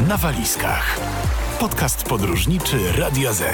Na walizkach. Podcast podróżniczy Radia Z.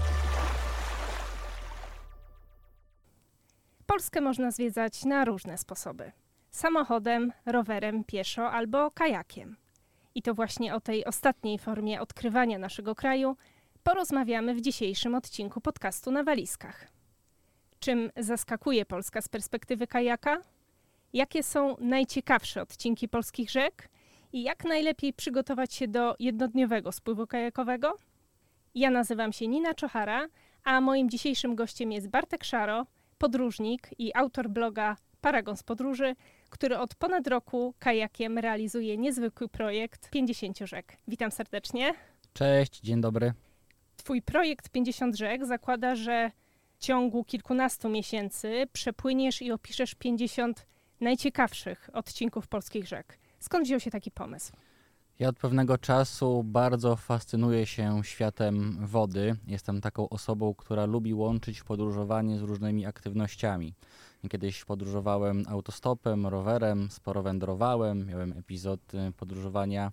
Polskę można zwiedzać na różne sposoby. Samochodem, rowerem, pieszo albo kajakiem. I to właśnie o tej ostatniej formie odkrywania naszego kraju porozmawiamy w dzisiejszym odcinku podcastu Na walizkach. Czym zaskakuje Polska z perspektywy kajaka? Jakie są najciekawsze odcinki polskich rzek? I jak najlepiej przygotować się do jednodniowego spływu kajakowego? Ja nazywam się Nina Czochara, a moim dzisiejszym gościem jest Bartek Szaro, podróżnik i autor bloga Paragon z podróży, który od ponad roku kajakiem realizuje niezwykły projekt 50 rzek. Witam serdecznie. Cześć, dzień dobry. Twój projekt 50 rzek zakłada, że w ciągu kilkunastu miesięcy przepłyniesz i opiszesz 50 najciekawszych odcinków polskich rzek. Skąd wziął się taki pomysł? Ja od pewnego czasu bardzo fascynuję się światem wody. Jestem taką osobą, która lubi łączyć podróżowanie z różnymi aktywnościami. Kiedyś podróżowałem autostopem, rowerem, sporo wędrowałem, miałem epizod podróżowania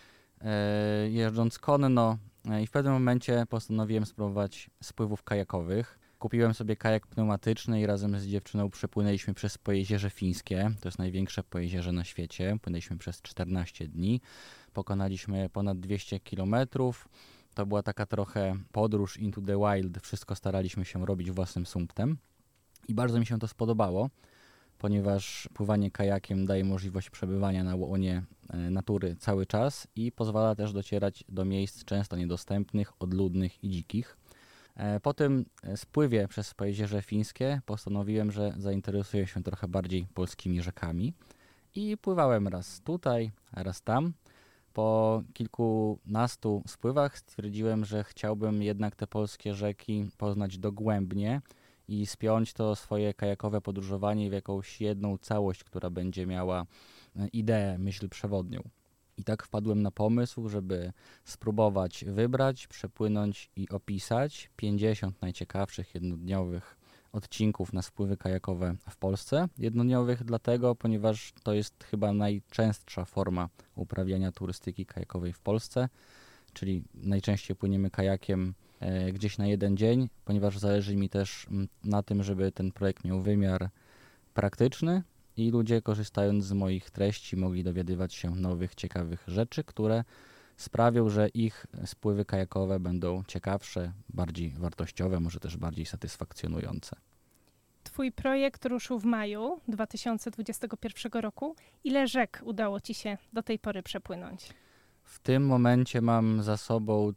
jeżdżąc konno i w pewnym momencie postanowiłem spróbować spływów kajakowych. Kupiłem sobie kajak pneumatyczny i razem z dziewczyną przepłynęliśmy przez Pojezierze Fińskie. To jest największe pojezierze na świecie. Płynęliśmy przez 14 dni. Pokonaliśmy ponad 200 kilometrów. To była taka trochę podróż into the wild. Wszystko staraliśmy się robić własnym sumptem. I bardzo mi się to spodobało, ponieważ pływanie kajakiem daje możliwość przebywania na łonie natury cały czas i pozwala też docierać do miejsc często niedostępnych, odludnych i dzikich. Po tym spływie przez Pojezierze Fińskie postanowiłem, że zainteresuję się trochę bardziej polskimi rzekami i pływałem raz tutaj, raz tam. Po kilkunastu spływach stwierdziłem, że chciałbym jednak te polskie rzeki poznać dogłębnie i spiąć to swoje kajakowe podróżowanie w jakąś jedną całość, która będzie miała ideę, myśl przewodnią. I tak wpadłem na pomysł, żeby spróbować wybrać, przepłynąć i opisać 50 najciekawszych jednodniowych odcinków na spływy kajakowe w Polsce. Jednodniowych dlatego, ponieważ to jest chyba najczęstsza forma uprawiania turystyki kajakowej w Polsce, czyli najczęściej płyniemy kajakiem gdzieś na jeden dzień, ponieważ zależy mi też na tym, żeby ten projekt miał wymiar praktyczny i ludzie, korzystając z moich treści, mogli dowiadywać się nowych, ciekawych rzeczy, które sprawią, że ich spływy kajakowe będą ciekawsze, bardziej wartościowe, może też bardziej satysfakcjonujące. Twój projekt ruszył w maju 2021 roku. Ile rzek udało Ci się do tej pory przepłynąć? W tym momencie mam za sobą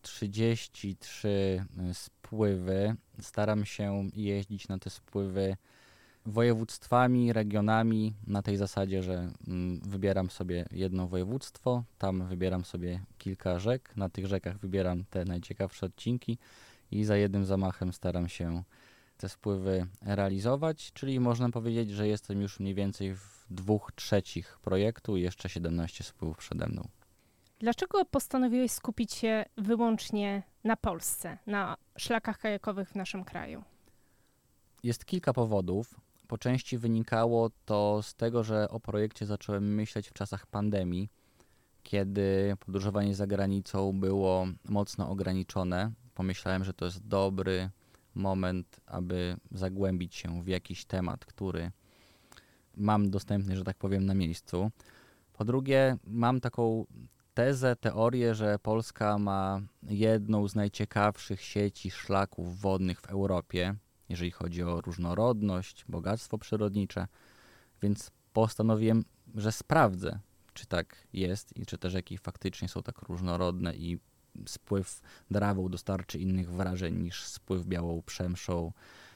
33 spływy. Staram się jeździć na te spływy województwami, regionami na tej zasadzie, że wybieram sobie jedno województwo, tam wybieram sobie kilka rzek, na tych rzekach wybieram te najciekawsze odcinki i za jednym zamachem staram się te spływy realizować, czyli można powiedzieć, że jestem już mniej więcej w 2/3 projektu i jeszcze 17 spływów przede mną. Dlaczego postanowiłeś skupić się wyłącznie na Polsce, na szlakach kajakowych w naszym kraju? Jest kilka powodów. Po części wynikało to z tego, że o projekcie zacząłem myśleć w czasach pandemii, kiedy podróżowanie za granicą było mocno ograniczone. Pomyślałem, że to jest dobry moment, aby zagłębić się w jakiś temat, który mam dostępny, że tak powiem, na miejscu. Po drugie, mam taką teorię, że Polska ma jedną z najciekawszych sieci szlaków wodnych w Europie, jeżeli chodzi o różnorodność, bogactwo przyrodnicze, więc postanowiłem, że sprawdzę, czy tak jest i czy te rzeki faktycznie są tak różnorodne i spływ Drawą dostarczy innych wrażeń niż spływ Białą Przemszą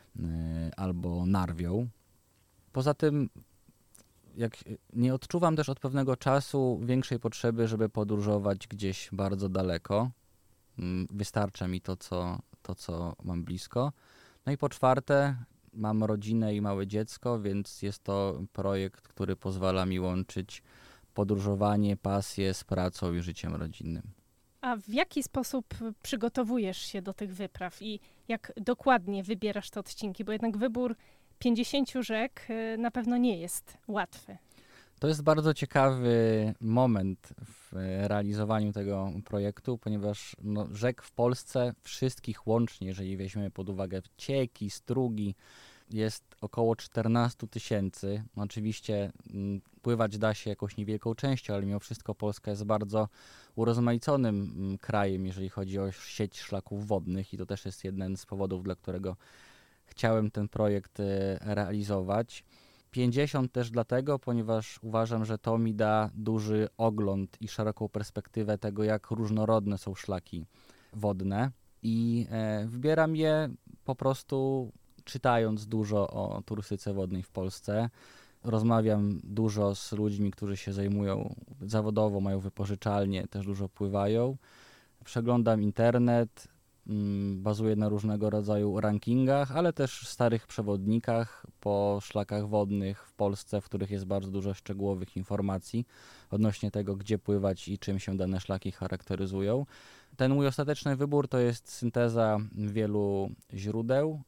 albo Narwią. Poza tym nie odczuwam też od pewnego czasu większej potrzeby, żeby podróżować gdzieś bardzo daleko. Wystarcza mi to, co mam blisko. No i po czwarte, mam rodzinę i małe dziecko, więc jest to projekt, który pozwala mi łączyć podróżowanie, pasję z pracą i życiem rodzinnym. A w jaki sposób przygotowujesz się do tych wypraw i jak dokładnie wybierasz te odcinki? Bo jednak wybór 50 rzek na pewno nie jest łatwy. To jest bardzo ciekawy moment w w realizowaniu tego projektu, ponieważ rzek w Polsce wszystkich łącznie, jeżeli weźmiemy pod uwagę cieki, strugi, jest około 14 000. Oczywiście pływać da się jakąś niewielką częścią, ale mimo wszystko Polska jest bardzo urozmaiconym krajem, jeżeli chodzi o sieć szlaków wodnych i to też jest jeden z powodów, dla którego chciałem ten projekt realizować. 50 też dlatego, ponieważ uważam, że to mi da duży ogląd i szeroką perspektywę tego, jak różnorodne są szlaki wodne i wybieram je po prostu czytając dużo o turystyce wodnej w Polsce. Rozmawiam dużo z ludźmi, którzy się zajmują zawodowo, mają wypożyczalnie, też dużo pływają. Przeglądam internet, bazuję na różnego rodzaju rankingach, ale też starych przewodnikach po szlakach wodnych w Polsce, w których jest bardzo dużo szczegółowych informacji odnośnie tego, gdzie pływać i czym się dane szlaki charakteryzują. Ten mój ostateczny wybór to jest synteza wielu źródeł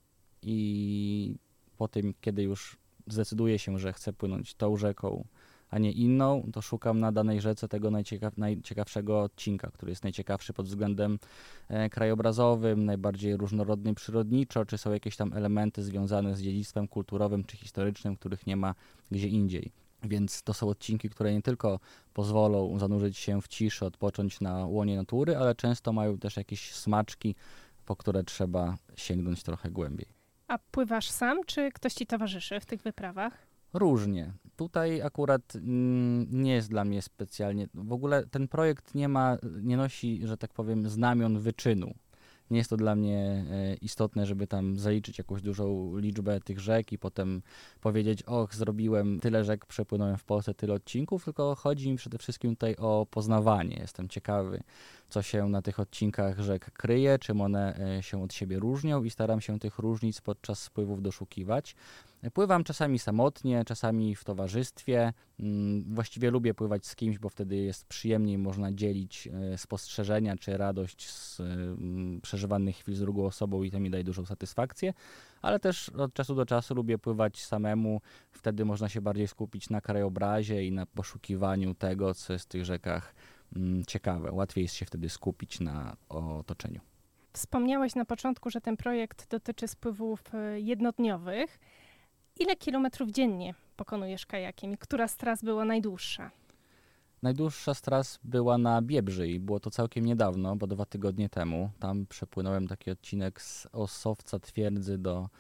i po tym, kiedy już zdecyduję się, że chcę płynąć tą rzeką, a nie inną, to szukam na danej rzece tego najciekawszego odcinka, który jest najciekawszy pod względem krajobrazowym, najbardziej różnorodny przyrodniczo, czy są jakieś tam elementy związane z dziedzictwem kulturowym czy historycznym, których nie ma gdzie indziej. Więc to są odcinki, które nie tylko pozwolą zanurzyć się w ciszy, odpocząć na łonie natury, ale często mają też jakieś smaczki, po które trzeba sięgnąć trochę głębiej. A pływasz sam, czy ktoś ci towarzyszy w tych wyprawach? Różnie. Tutaj akurat nie jest dla mnie specjalnie, w ogóle ten projekt nie nosi, że tak powiem, znamion wyczynu. Nie jest to dla mnie istotne, żeby tam zaliczyć jakąś dużą liczbę tych rzek i potem powiedzieć, zrobiłem tyle rzek, przepłynąłem w Polsce tyle odcinków, tylko chodzi mi przede wszystkim tutaj o poznawanie. Jestem ciekawy, co się na tych odcinkach rzek kryje, czym one się od siebie różnią i staram się tych różnic podczas spływów doszukiwać. Pływam czasami samotnie, czasami w towarzystwie. Właściwie lubię pływać z kimś, bo wtedy jest przyjemniej, można dzielić spostrzeżenia czy radość z przeżywanych chwil z drugą osobą i to mi daje dużą satysfakcję. Ale też od czasu do czasu lubię pływać samemu. Wtedy można się bardziej skupić na krajobrazie i na poszukiwaniu tego, co jest w tych rzekach ciekawe. Łatwiej jest się wtedy skupić na otoczeniu. Wspomniałeś na początku, że ten projekt dotyczy spływów jednodniowych. Ile kilometrów dziennie pokonujesz kajakiem i która z tras była najdłuższa? Najdłuższa z tras była na Biebrzy i było to całkiem niedawno, bo 2 tygodnie temu. Tam przepłynąłem taki odcinek z Ossowca Twierdzy do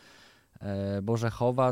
Borzechowa,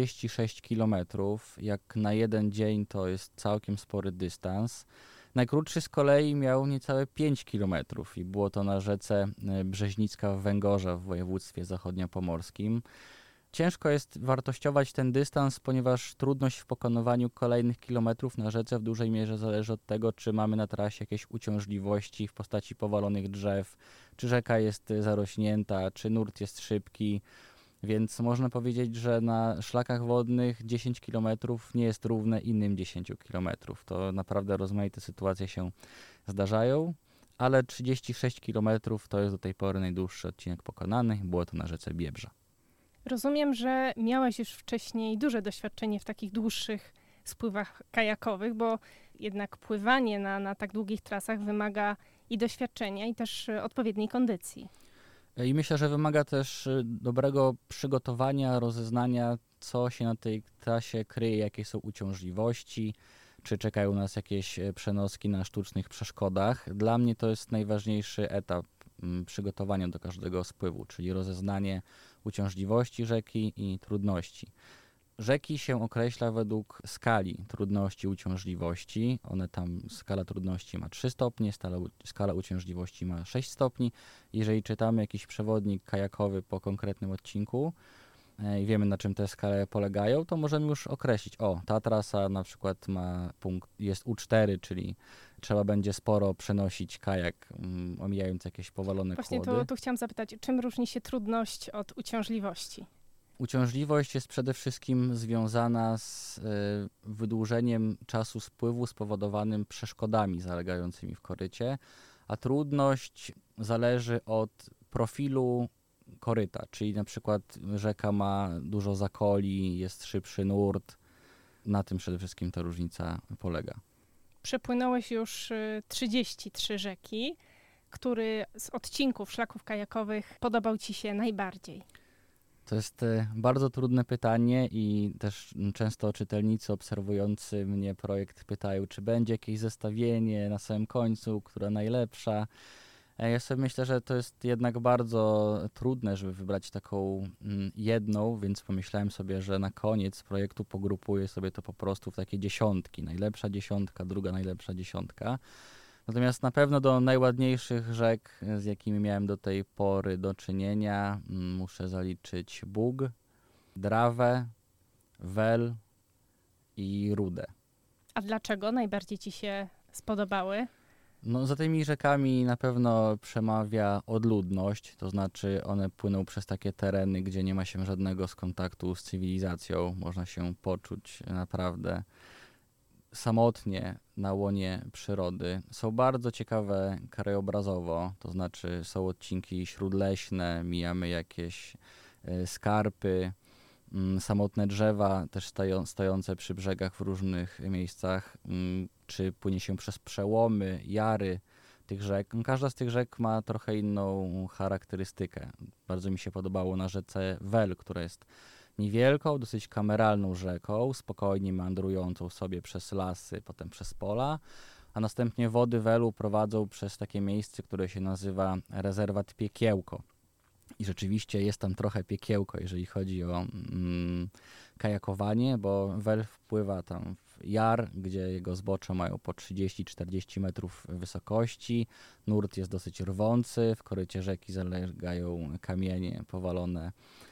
36 km. Jak na jeden dzień to jest całkiem spory dystans. Najkrótszy z kolei miał niecałe 5 km i było to na rzece Brzeźnicka w Węgorza w województwie zachodniopomorskim. Ciężko jest wartościować ten dystans, ponieważ trudność w pokonywaniu kolejnych kilometrów na rzece w dużej mierze zależy od tego, czy mamy na trasie jakieś uciążliwości w postaci powalonych drzew, czy rzeka jest zarośnięta, czy nurt jest szybki. Więc można powiedzieć, że na szlakach wodnych 10 km nie jest równe innym 10 km. To naprawdę rozmaite sytuacje się zdarzają, ale 36 km to jest do tej pory najdłuższy odcinek pokonany. Było to na rzece Biebrza. Rozumiem, że miałeś już wcześniej duże doświadczenie w takich dłuższych spływach kajakowych, bo jednak pływanie na tak długich trasach wymaga i doświadczenia, i też odpowiedniej kondycji. I myślę, że wymaga też dobrego przygotowania, rozeznania, co się na tej trasie kryje, jakie są uciążliwości, czy czekają nas jakieś przenoski na sztucznych przeszkodach. Dla mnie to jest najważniejszy etap przygotowania do każdego spływu, czyli rozeznanie uciążliwości rzeki i trudności. Rzeki się określa według skali trudności, uciążliwości. Skala trudności ma 3 stopnie, skala uciążliwości ma 6 stopni. Jeżeli czytamy jakiś przewodnik kajakowy po konkretnym odcinku i wiemy, na czym te skale polegają, to możemy już określić, ta trasa na przykład ma punkt, jest U4, czyli trzeba będzie sporo przenosić kajak, omijając jakieś powalone kłody. Właśnie tu chciałam zapytać, czym różni się trudność od uciążliwości? Uciążliwość jest przede wszystkim związana z wydłużeniem czasu spływu spowodowanym przeszkodami zalegającymi w korycie, a trudność zależy od profilu koryta, czyli na przykład rzeka ma dużo zakoli, jest szybszy nurt. Na tym przede wszystkim ta różnica polega. Przepłynąłeś już 33 rzeki. Który z odcinków szlaków kajakowych podobał ci się najbardziej? To jest bardzo trudne pytanie i też często czytelnicy obserwujący mnie projekt pytają, czy będzie jakieś zestawienie na samym końcu, która najlepsza. Ja sobie myślę, że to jest jednak bardzo trudne, żeby wybrać taką jedną, więc pomyślałem sobie, że na koniec projektu pogrupuję sobie to po prostu w takie dziesiątki. Najlepsza dziesiątka, druga najlepsza dziesiątka. Natomiast na pewno do najładniejszych rzek, z jakimi miałem do tej pory do czynienia, muszę zaliczyć Bug, Drawę, Wel i Rudę. A dlaczego najbardziej ci się spodobały? No, za tymi rzekami na pewno przemawia odludność, to znaczy one płyną przez takie tereny, gdzie nie ma się żadnego kontaktu z cywilizacją. Można się poczuć naprawdę samotnie na łonie przyrody. Są bardzo ciekawe krajobrazowo, to znaczy są odcinki śródleśne, mijamy jakieś skarpy, samotne drzewa też stojące przy brzegach w różnych miejscach, czy płynie się przez przełomy, jary tych rzek. Każda z tych rzek ma trochę inną charakterystykę. Bardzo mi się podobało na rzece Wel, która jest niewielką, dosyć kameralną rzeką, spokojnie meandrującą sobie przez lasy, potem przez pola, a następnie wody Welu prowadzą przez takie miejsce, które się nazywa rezerwat Piekiełko. I rzeczywiście jest tam trochę piekiełko, jeżeli chodzi o kajakowanie, bo Wel wpływa tam w jar, gdzie jego zbocze mają po 30-40 metrów wysokości. Nurt jest dosyć rwący, w korycie rzeki zalegają kamienie powalone,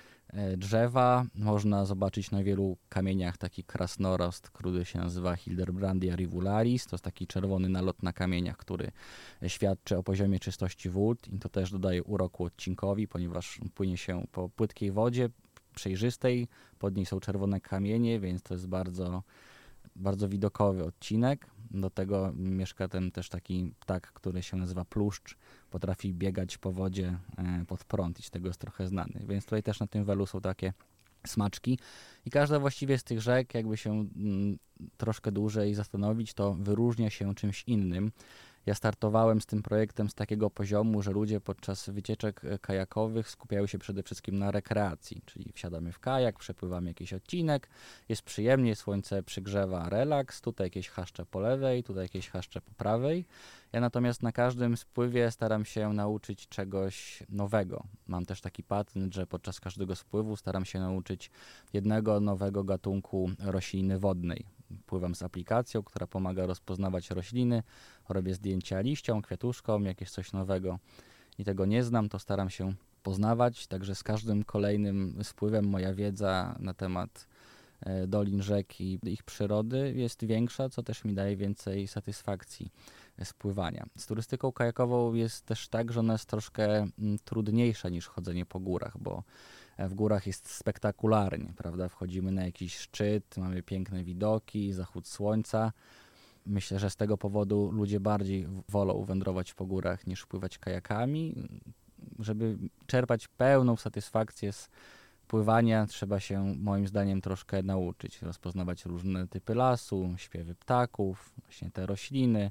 drzewa. Można zobaczyć na wielu kamieniach taki krasnorost, który się nazywa Hildebrandia rivularis. To jest taki czerwony nalot na kamieniach, który świadczy o poziomie czystości wód i to też dodaje uroku odcinkowi, ponieważ płynie się po płytkiej wodzie, przejrzystej, pod niej są czerwone kamienie, więc to jest bardzo, bardzo widokowy odcinek. Do tego mieszka ten też taki ptak, który się nazywa pluszcz. Potrafi biegać po wodzie pod prąd i z tego jest trochę znany. Więc tutaj też na tym Welu są takie smaczki. I każda właściwie z tych rzek, jakby się troszkę dłużej zastanowić, to wyróżnia się czymś innym. Ja startowałem z tym projektem z takiego poziomu, że ludzie podczas wycieczek kajakowych skupiają się przede wszystkim na rekreacji, czyli wsiadamy w kajak, przepływamy jakiś odcinek, jest przyjemnie, słońce przygrzewa, relaks, tutaj jakieś chaszcze po lewej, tutaj jakieś chaszcze po prawej. Ja natomiast na każdym spływie staram się nauczyć czegoś nowego. Mam też taki patent, że podczas każdego spływu staram się nauczyć jednego nowego gatunku rośliny wodnej. Pływam z aplikacją, która pomaga rozpoznawać rośliny, robię zdjęcia liściom, kwiatuszkom, jakieś coś nowego i tego nie znam, to staram się poznawać, także z każdym kolejnym spływem moja wiedza na temat dolin rzek i ich przyrody jest większa, co też mi daje więcej satysfakcji z pływania. Z turystyką kajakową jest też tak, że ona jest troszkę trudniejsza niż chodzenie po górach, bo w górach jest spektakularnie, prawda? Wchodzimy na jakiś szczyt, mamy piękne widoki, zachód słońca. Myślę, że z tego powodu ludzie bardziej wolą wędrować po górach niż pływać kajakami. Żeby czerpać pełną satysfakcję z pływania, trzeba się moim zdaniem troszkę nauczyć, rozpoznawać różne typy lasu, śpiewy ptaków, właśnie te rośliny.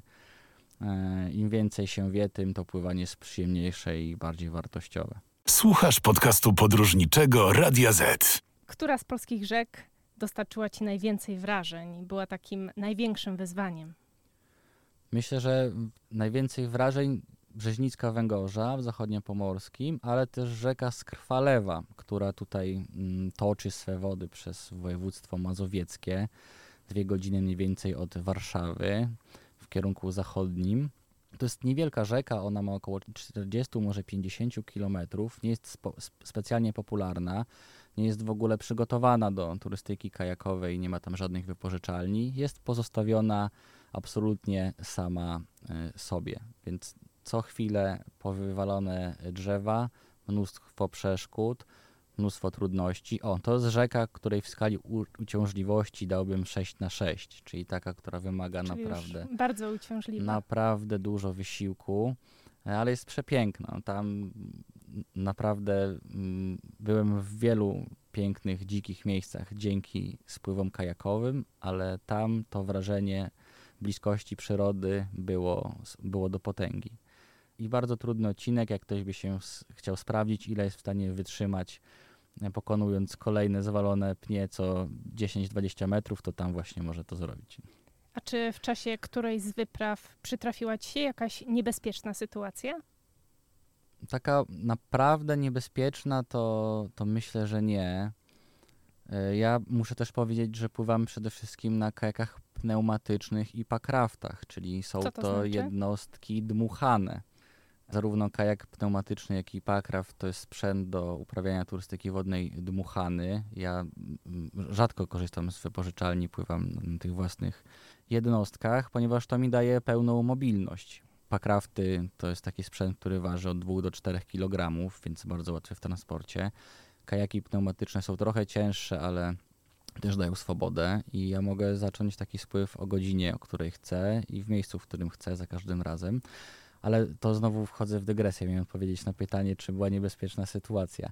Im więcej się wie, tym to pływanie jest przyjemniejsze i bardziej wartościowe. Słuchasz podcastu podróżniczego Radia Z. Która z polskich rzek dostarczyła ci najwięcej wrażeń i była takim największym wyzwaniem? Myślę, że najwięcej wrażeń Brzeźnicka Węgorza w zachodniopomorskim, ale też rzeka Skrwalewa, która tutaj toczy swe wody przez województwo mazowieckie, 2 godziny mniej więcej od Warszawy w kierunku zachodnim. To jest niewielka rzeka, ona ma około 40, może 50 kilometrów, nie jest specjalnie popularna, nie jest w ogóle przygotowana do turystyki kajakowej, nie ma tam żadnych wypożyczalni, jest pozostawiona absolutnie sama sobie, więc co chwilę powywalone drzewa, mnóstwo przeszkód, mnóstwo trudności. To jest rzeka, której w skali uciążliwości dałbym 6/6, czyli taka, która wymaga Czyli naprawdę bardzo uciążliwa. Naprawdę dużo wysiłku, ale jest przepiękna. Tam naprawdę byłem w wielu pięknych, dzikich miejscach dzięki spływom kajakowym, ale tam to wrażenie bliskości przyrody było do potęgi. I bardzo trudny odcinek, jak ktoś by się chciał sprawdzić, ile jest w stanie wytrzymać, pokonując kolejne zawalone pnie co 10-20 metrów, to tam właśnie może to zrobić. A czy w czasie którejś z wypraw przytrafiła ci się jakaś niebezpieczna sytuacja? Taka naprawdę niebezpieczna to myślę, że nie. Ja muszę też powiedzieć, że pływamy przede wszystkim na kajakach pneumatycznych i packraftach, czyli są Co to znaczy? jednostki dmuchane. Zarówno kajak pneumatyczny, jak i packraft to jest sprzęt do uprawiania turystyki wodnej dmuchany. Ja rzadko korzystam z wypożyczalni, pływam na tych własnych jednostkach, ponieważ to mi daje pełną mobilność. Packrafty to jest taki sprzęt, który waży od 2 do 4 kg, więc bardzo łatwy w transporcie. Kajaki pneumatyczne są trochę cięższe, ale też dają swobodę i ja mogę zacząć taki spływ o godzinie, o której chcę i w miejscu, w którym chcę za każdym razem. Ale to znowu wchodzę w dygresję, miałem odpowiedzieć na pytanie, czy była niebezpieczna sytuacja.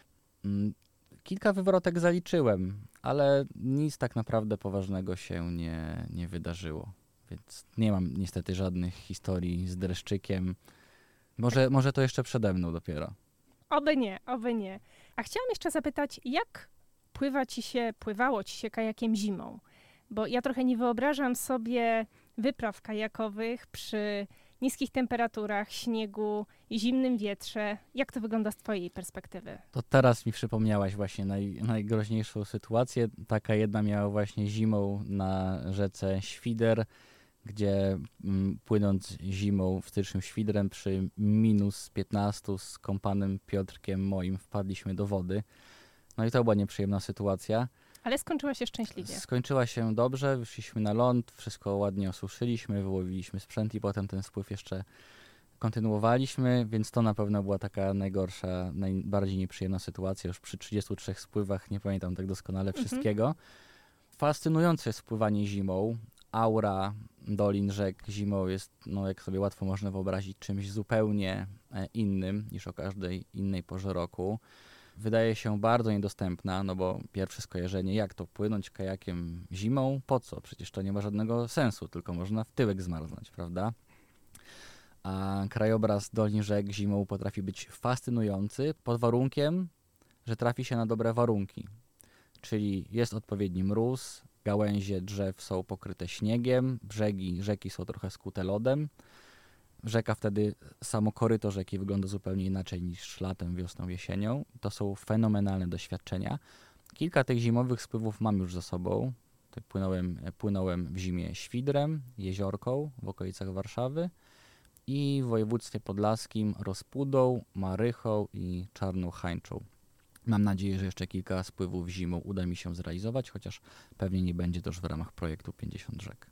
Kilka wywrotek zaliczyłem, ale nic tak naprawdę poważnego się nie wydarzyło. Więc nie mam niestety żadnych historii z dreszczykiem. Może to jeszcze przede mną dopiero. Oby nie, oby nie. A chciałam jeszcze zapytać, jak pływało ci się kajakiem zimą? Bo ja trochę nie wyobrażam sobie wypraw kajakowych przy niskich temperaturach, śniegu i zimnym wietrze. Jak to wygląda z twojej perspektywy? To teraz mi przypomniałaś właśnie najgroźniejszą sytuację. Taka jedna miała właśnie zimą na rzece Świder, gdzie płynąc zimą wtycznym świdrem przy minus 15 z kompanem Piotrkiem moim wpadliśmy do wody. No i to była nieprzyjemna sytuacja. Ale skończyła się szczęśliwie. Skończyła się dobrze, wyszliśmy na ląd, wszystko ładnie osuszyliśmy, wyłowiliśmy sprzęt i potem ten spływ jeszcze kontynuowaliśmy, więc to na pewno była taka najgorsza, najbardziej nieprzyjemna sytuacja. Już przy 33 spływach nie pamiętam tak doskonale wszystkiego. Fascynujące jest pływanie zimą. Aura dolin rzek zimą jest, no jak sobie łatwo można wyobrazić, czymś zupełnie innym niż o każdej innej porze roku. Wydaje się bardzo niedostępna, no bo pierwsze skojarzenie, jak to płynąć kajakiem zimą? Po co? Przecież to nie ma żadnego sensu, tylko można w tyłek zmarznąć, prawda? A krajobraz dolin rzek zimą potrafi być fascynujący pod warunkiem, że trafi się na dobre warunki. Czyli jest odpowiedni mróz, gałęzie drzew są pokryte śniegiem, brzegi rzeki są trochę skute lodem. Rzeka wtedy, samo koryto rzeki wygląda zupełnie inaczej niż latem, wiosną, jesienią. To są fenomenalne doświadczenia. Kilka tych zimowych spływów mam już za sobą. Płynąłem w zimie Świdrem, Jeziorką w okolicach Warszawy i w województwie podlaskim Rozpudą, Marychą i Czarną Hańczą. Mam nadzieję, że jeszcze kilka spływów zimą uda mi się zrealizować, chociaż pewnie nie będzie to już w ramach projektu 50 rzek.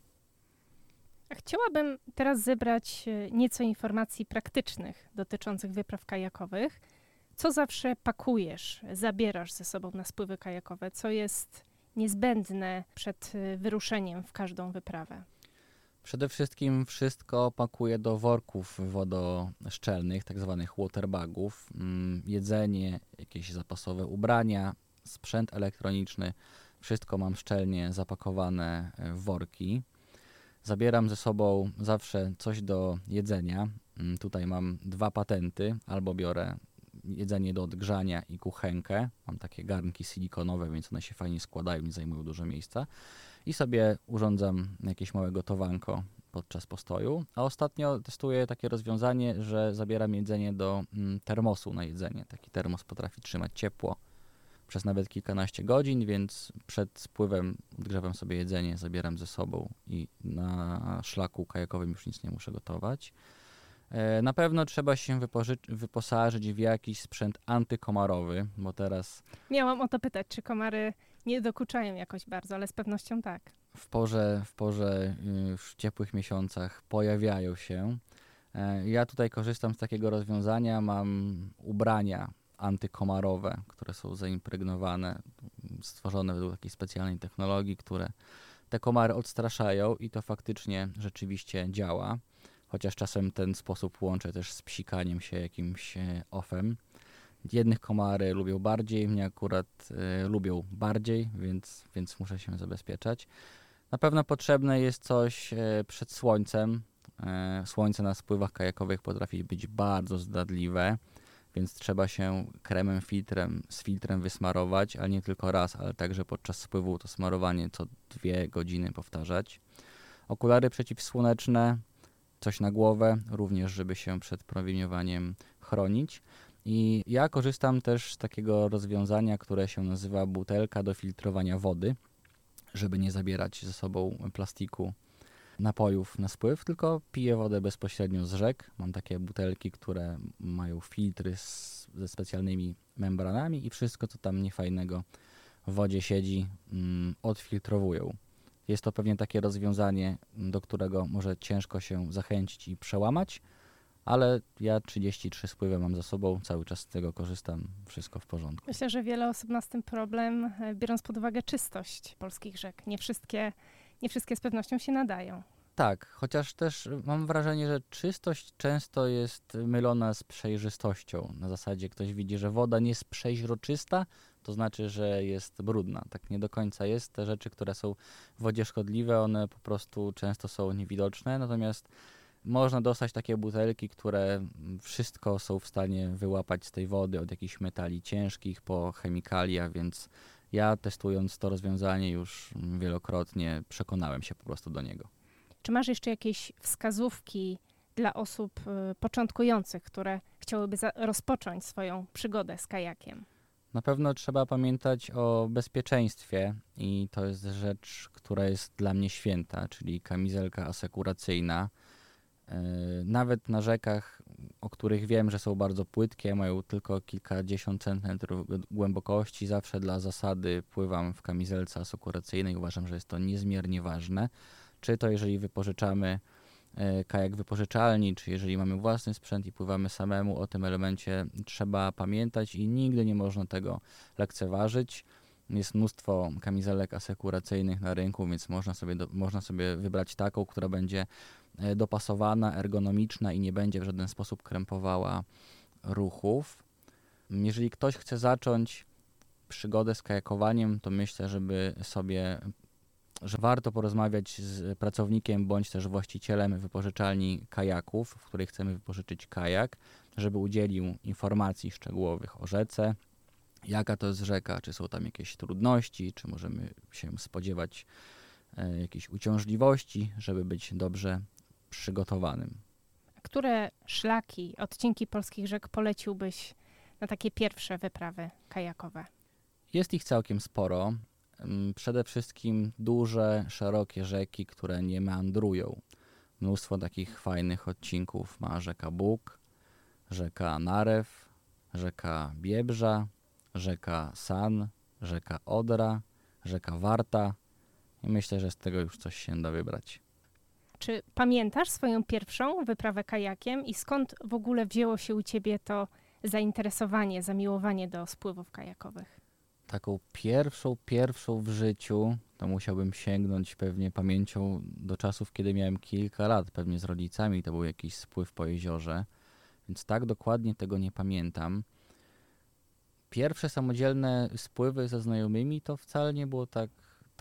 Chciałabym teraz zebrać nieco informacji praktycznych dotyczących wypraw kajakowych. Co zawsze pakujesz, zabierasz ze sobą na spływy kajakowe? Co jest niezbędne przed wyruszeniem w każdą wyprawę? Przede wszystkim wszystko pakuję do worków wodoszczelnych, tak zwanych waterbagów. Jedzenie, jakieś zapasowe ubrania, sprzęt elektroniczny. Wszystko mam szczelnie zapakowane w worki. Zabieram ze sobą zawsze coś do jedzenia. Tutaj mam 2 patenty. Albo biorę jedzenie do odgrzania i kuchenkę. Mam takie garnki silikonowe, więc one się fajnie składają i zajmują dużo miejsca. I sobie urządzam jakieś małe gotowanko podczas postoju. A ostatnio testuję takie rozwiązanie, że zabieram jedzenie do termosu na jedzenie. Taki termos potrafi trzymać ciepło przez nawet kilkanaście godzin, więc przed spływem odgrzewam sobie jedzenie, zabieram ze sobą i na szlaku kajakowym już nic nie muszę gotować. Na pewno trzeba się wyposażyć w jakiś sprzęt antykomarowy, bo teraz... Miałam o to pytać, czy komary nie dokuczają jakoś bardzo, ale z pewnością tak. W porze w ciepłych miesiącach pojawiają się. Ja tutaj korzystam z takiego rozwiązania, mam ubrania antykomarowe, które są zaimpregnowane, stworzone według takiej specjalnej technologii, które te komary odstraszają i to faktycznie rzeczywiście działa. Chociaż czasem ten sposób łączę też z psikaniem się jakimś ofem. Jednych komary lubią bardziej, mnie akurat lubią bardziej, więc muszę się zabezpieczać. Na pewno potrzebne jest coś przed słońcem. Słońce na spływach kajakowych potrafi być bardzo zdradliwe, więc trzeba się kremem z filtrem wysmarować, ale nie tylko raz, ale także podczas spływu to smarowanie co 2 godziny powtarzać. Okulary przeciwsłoneczne, coś na głowę, również żeby się przed promieniowaniem chronić. I ja korzystam też z takiego rozwiązania, które się nazywa butelka do filtrowania wody, żeby nie zabierać ze sobą plastiku napojów na spływ, tylko piję wodę bezpośrednio z rzek. Mam takie butelki, które mają filtry ze specjalnymi membranami i wszystko, co tam niefajnego w wodzie siedzi, odfiltrowują. Jest to pewnie takie rozwiązanie, do którego może ciężko się zachęcić i przełamać, ale ja 33 spływy mam za sobą, cały czas z tego korzystam, wszystko w porządku. Myślę, że wiele osób ma z tym problem, biorąc pod uwagę czystość polskich rzek. Nie wszystkie z pewnością się nadają. Tak, chociaż też mam wrażenie, że czystość często jest mylona z przejrzystością. Na zasadzie ktoś widzi, że woda nie jest przeźroczysta, to znaczy, że jest brudna. Tak nie do końca jest. Te rzeczy, które są w wodzie szkodliwe, one po prostu często są niewidoczne, natomiast można dostać takie butelki, które wszystko są w stanie wyłapać z tej wody, od jakichś metali ciężkich po chemikalia, więc ja testując to rozwiązanie już wielokrotnie przekonałem się po prostu do niego. Czy masz jeszcze jakieś wskazówki dla osób początkujących, które chciałyby rozpocząć swoją przygodę z kajakiem? Na pewno trzeba pamiętać o bezpieczeństwie i to jest rzecz, która jest dla mnie święta, czyli kamizelka asekuracyjna. Nawet na rzekach, o których wiem, że są bardzo płytkie, mają tylko kilkadziesiąt centymetrów głębokości, zawsze dla zasady pływam w kamizelce asekuracyjnej. Uważam, że jest to niezmiernie ważne. Czy to jeżeli wypożyczamy kajak wypożyczalni, czy jeżeli mamy własny sprzęt i pływamy samemu, o tym elemencie trzeba pamiętać i nigdy nie można tego lekceważyć. Jest mnóstwo kamizelek asekuracyjnych na rynku, więc można sobie wybrać taką, która będzie dopasowana, ergonomiczna i nie będzie w żaden sposób krępowała ruchów. Jeżeli ktoś chce zacząć przygodę z kajakowaniem, to myślę, że warto porozmawiać z pracownikiem bądź też właścicielem wypożyczalni kajaków, w której chcemy wypożyczyć kajak, żeby udzielił informacji szczegółowych o rzece, jaka to jest rzeka, czy są tam jakieś trudności, czy możemy się spodziewać jakiejś uciążliwości, żeby być dobrze przygotowanym. Które szlaki, odcinki polskich rzek poleciłbyś na takie pierwsze wyprawy kajakowe? Jest ich całkiem sporo. Przede wszystkim duże, szerokie rzeki, które nie meandrują. Mnóstwo takich fajnych odcinków ma rzeka Bóg, rzeka Narew, rzeka Biebrza, rzeka San, rzeka Odra, rzeka Warta i myślę, że z tego już coś się da wybrać. Czy pamiętasz swoją pierwszą wyprawę kajakiem i skąd w ogóle wzięło się u ciebie to zainteresowanie, zamiłowanie do spływów kajakowych? Taką pierwszą w życiu to musiałbym sięgnąć pewnie pamięcią do czasów, kiedy miałem kilka lat, pewnie z rodzicami, to był jakiś spływ po jeziorze, więc tak dokładnie tego nie pamiętam. Pierwsze samodzielne spływy ze znajomymi to wcale nie było tak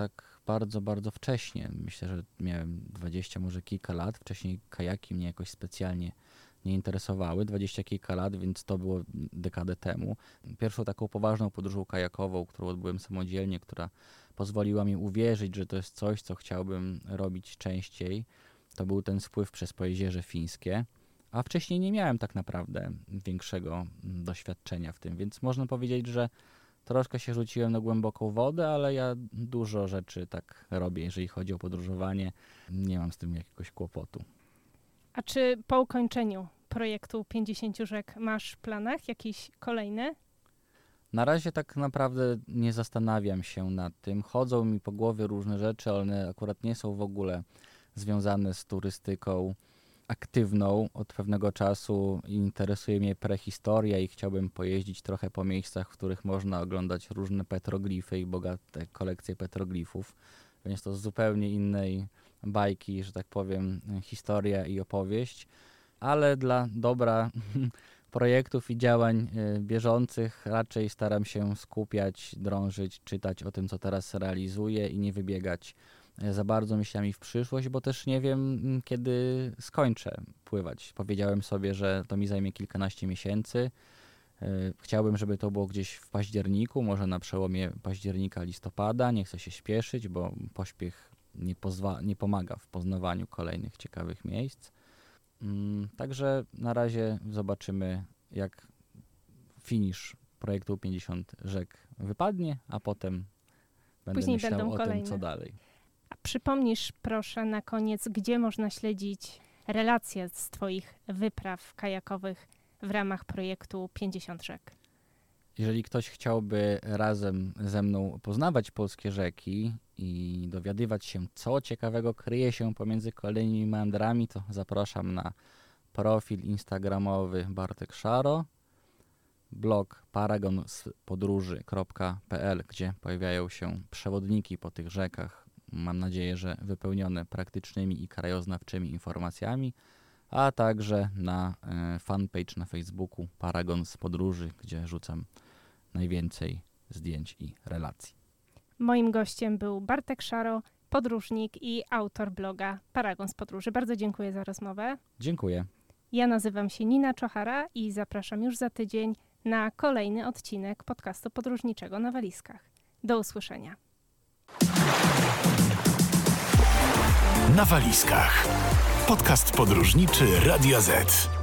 bardzo wcześnie. Myślę, że miałem 20, może kilka lat. Wcześniej kajaki mnie jakoś specjalnie nie interesowały. 20 kilka lat, więc to było dekadę temu. Pierwszą taką poważną podróżą kajakową, którą odbyłem samodzielnie, która pozwoliła mi uwierzyć, że to jest coś, co chciałbym robić częściej, to był ten spływ przez Pojezierze Fińskie. A wcześniej nie miałem tak naprawdę większego doświadczenia w tym, więc można powiedzieć, że troszkę się rzuciłem na głęboką wodę, ale ja dużo rzeczy tak robię, jeżeli chodzi o podróżowanie. Nie mam z tym jakiegoś kłopotu. A czy po ukończeniu projektu 50 rzek masz w planach jakieś kolejne? Na razie tak naprawdę nie zastanawiam się nad tym. Chodzą mi po głowie różne rzeczy, ale one akurat nie są w ogóle związane z turystyką aktywną. Od pewnego czasu interesuje mnie prehistoria i chciałbym pojeździć trochę po miejscach, w których można oglądać różne petroglify i bogate kolekcje petroglifów. Więc to z zupełnie innej bajki, że tak powiem, historia i opowieść. Ale dla dobra projektów i działań bieżących raczej staram się skupiać, drążyć, czytać o tym, co teraz realizuję i nie wybiegać za bardzo myślami w przyszłość, bo też nie wiem, kiedy skończę pływać. Powiedziałem sobie, że to mi zajmie kilkanaście miesięcy. Chciałbym, żeby to było gdzieś w październiku, może na przełomie października, listopada. Nie chcę się śpieszyć, bo pośpiech nie pomaga w poznawaniu kolejnych ciekawych miejsc. Także na razie zobaczymy, jak finisz projektu 50 rzek wypadnie, a potem będę Później myślał będą o kolejne. tym, co dalej. A przypomnisz proszę na koniec, gdzie można śledzić relacje z Twoich wypraw kajakowych w ramach projektu 50 rzek? Jeżeli ktoś chciałby razem ze mną poznawać polskie rzeki i dowiadywać się, co ciekawego kryje się pomiędzy kolejnymi meandrami, to zapraszam na profil instagramowy Bartek Szaro, blog paragonspodróży.pl, gdzie pojawiają się przewodniki po tych rzekach. Mam nadzieję, że wypełnione praktycznymi i krajoznawczymi informacjami, a także na fanpage na Facebooku Paragon z Podróży, gdzie rzucam najwięcej zdjęć i relacji. Moim gościem był Bartek Szaro, podróżnik i autor bloga Paragon z Podróży. Bardzo dziękuję za rozmowę. Dziękuję. Ja nazywam się Nina Czochara i zapraszam już za tydzień na kolejny odcinek podcastu podróżniczego na walizkach. Do usłyszenia. Na walizkach. Podcast podróżniczy Radia Z.